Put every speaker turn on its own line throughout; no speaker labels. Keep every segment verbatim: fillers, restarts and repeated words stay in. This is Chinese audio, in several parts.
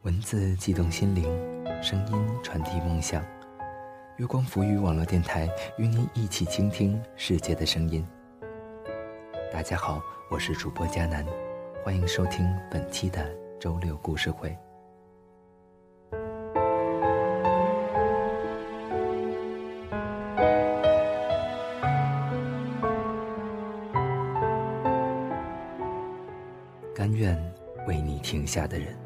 文字悸动心灵，声音传递梦想。月光浮语网络电台与您一起倾听世界的声音。大家好，我是主播佳南，欢迎收听本期的周六故事会。甘愿为你停下的人。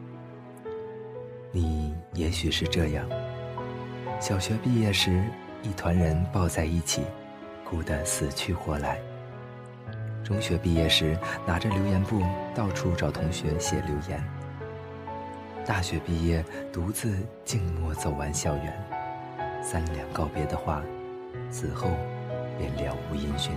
你也许是这样，小学毕业时，一团人抱在一起，哭得死去活来。中学毕业时，拿着留言簿到处找同学写留言。大学毕业，独自静默走完校园，三两告别的话，死后便了无音讯。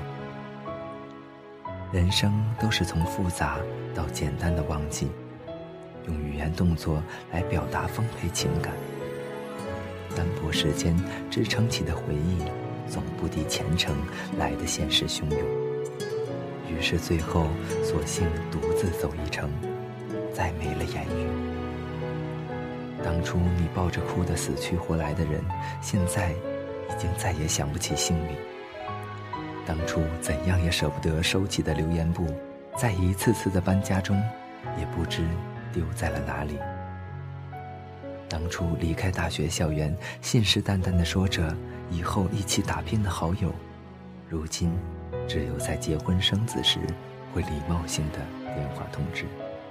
人生都是从复杂到简单的忘记，用语言动作来表达丰沛情感。单薄时间支撑起的回忆，总不敌前程来的现实汹涌。于是最后索性独自走一程，再没了言语。当初你抱着哭得死去活来的人，现在已经再也想不起姓名。当初怎样也舍不得收起的留言簿，在一次次的搬家中，也不知丢在了哪里。当初离开大学校园，信誓旦旦地说着以后一起打拼的好友，如今只有在结婚生子时会礼貌性的电话通知。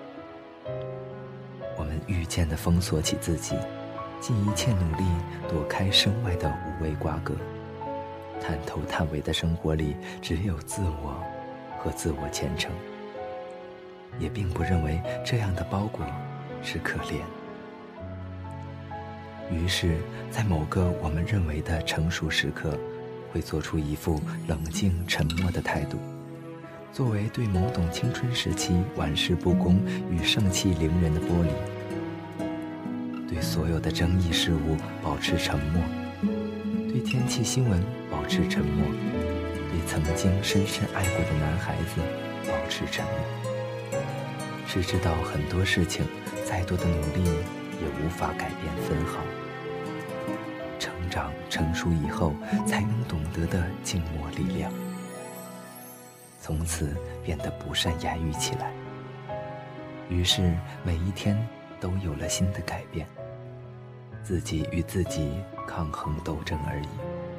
我们愈渐地封锁起自己，尽一切努力躲开身外的无谓瓜葛。探头探尾的生活里，只有自我和自我虔诚，也并不认为这样的包裹是可怜。于是在某个我们认为的成熟时刻，会做出一副冷静沉默的态度，作为对懵懂青春时期玩世不恭与盛气凌人的玻璃，对所有的争议事物保持沉默，对天气新闻保持沉默，对曾经深深爱过的男孩子保持沉默。只知道很多事情再多的努力也无法改变分毫。成长成熟以后才能懂得的静默力量，从此变得不善言语起来。于是每一天都有了新的改变，自己与自己抗衡斗争而已。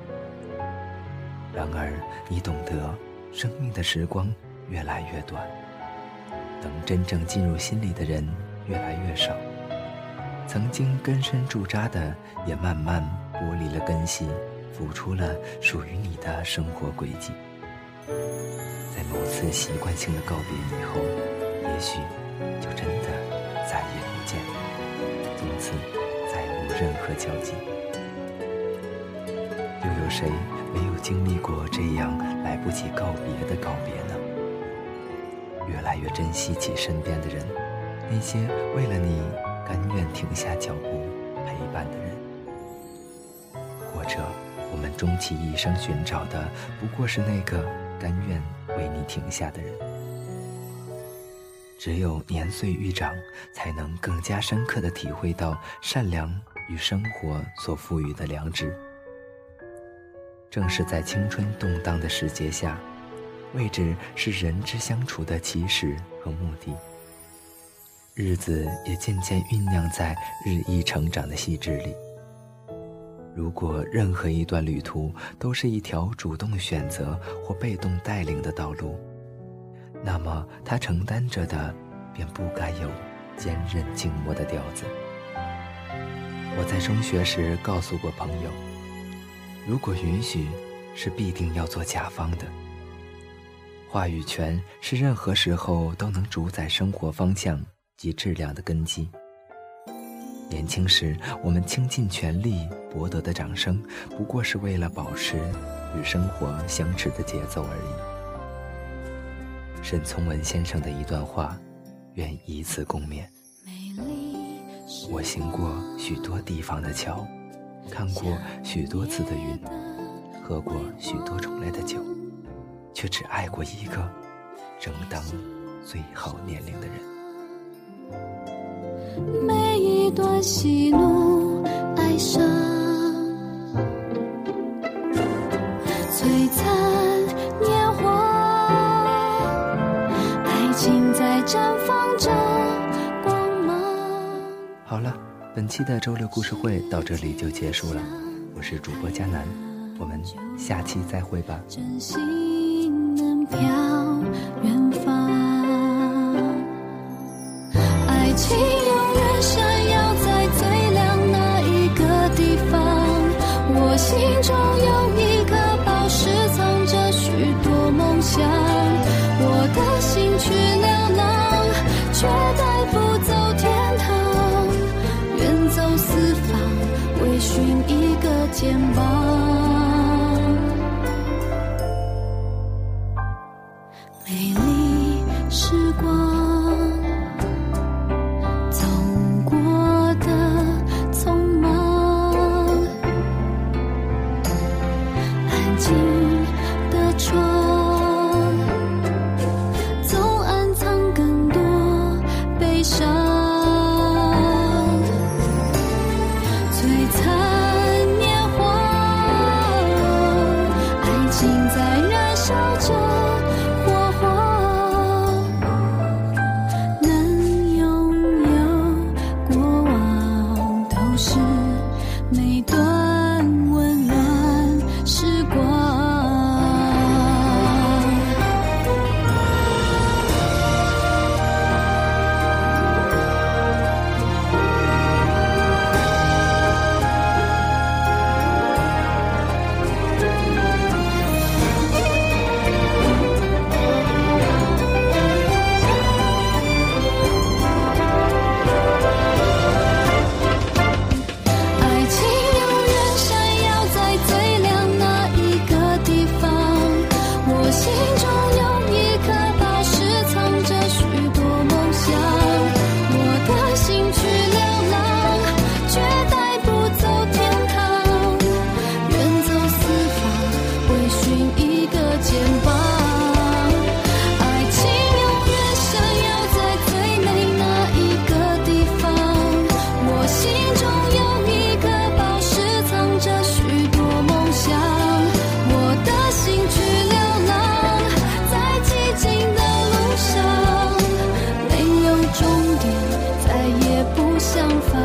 然而你懂得，生命的时光越来越短，等真正进入心里的人越来越少，曾经根深驻扎的也慢慢剥离了根系，浮出了属于你的生活轨迹。在某次习惯性的告别以后，也许就真的再也不见，从此再无任何交集。又有谁没有经历过这样来不及告别的告别呢？越来越珍惜起身边的人，那些为了你甘愿停下脚步陪伴的人。或者我们终其一生寻找的，不过是那个甘愿为你停下的人。只有年岁愈长，才能更加深刻地体会到善良与生活所赋予的良知。正是在青春动荡的时节下，位置是人之相处的起始和目的，日子也渐渐酝酿在日益成长的细致里。如果任何一段旅途都是一条主动选择或被动带领的道路，那么它承担着的便不该有坚韧静默的调子。我在中学时告诉过朋友，如果允许，是必定要做甲方的。话语权是任何时候都能主宰生活方向及质量的根基。年轻时我们倾尽全力博得的掌声，不过是为了保持与生活相持的节奏而已。沈从文先生的一段话，愿以此共勉。我行过许多地方的桥，看过许多次的云，喝过许多种类的酒，却只爱过一个正当最好年龄的人。
没段喜怒哀伤，璀璨年华，爱情在绽放着光芒。
好了，本期的周六故事会到这里就结束了，我是主播佳楠，我们下期再会吧。
真心能飘远方，爱情永远闪耀在最亮那一个地方，我心中有一颗宝石藏着许多梦想，我的心去流浪，却带不走天堂，远走四方，为寻一个肩膀。美丽时光走过的匆忙，安静的窗总暗藏更多悲伤，璀璨年华，爱情在燃烧着火花，能拥有过往都是每段温暖时光。爱情永远闪耀在最亮那一个地方，我心中有一颗宝石藏着许多梦想，我的心去流浪，却带不走天堂，远走四方，为寻一个肩膀。爱情永远闪耀在最美那一个地方，我心中有一颗宝石藏着许多梦想，我的心去流浪，在寂静的路上，没有终点，再也不想返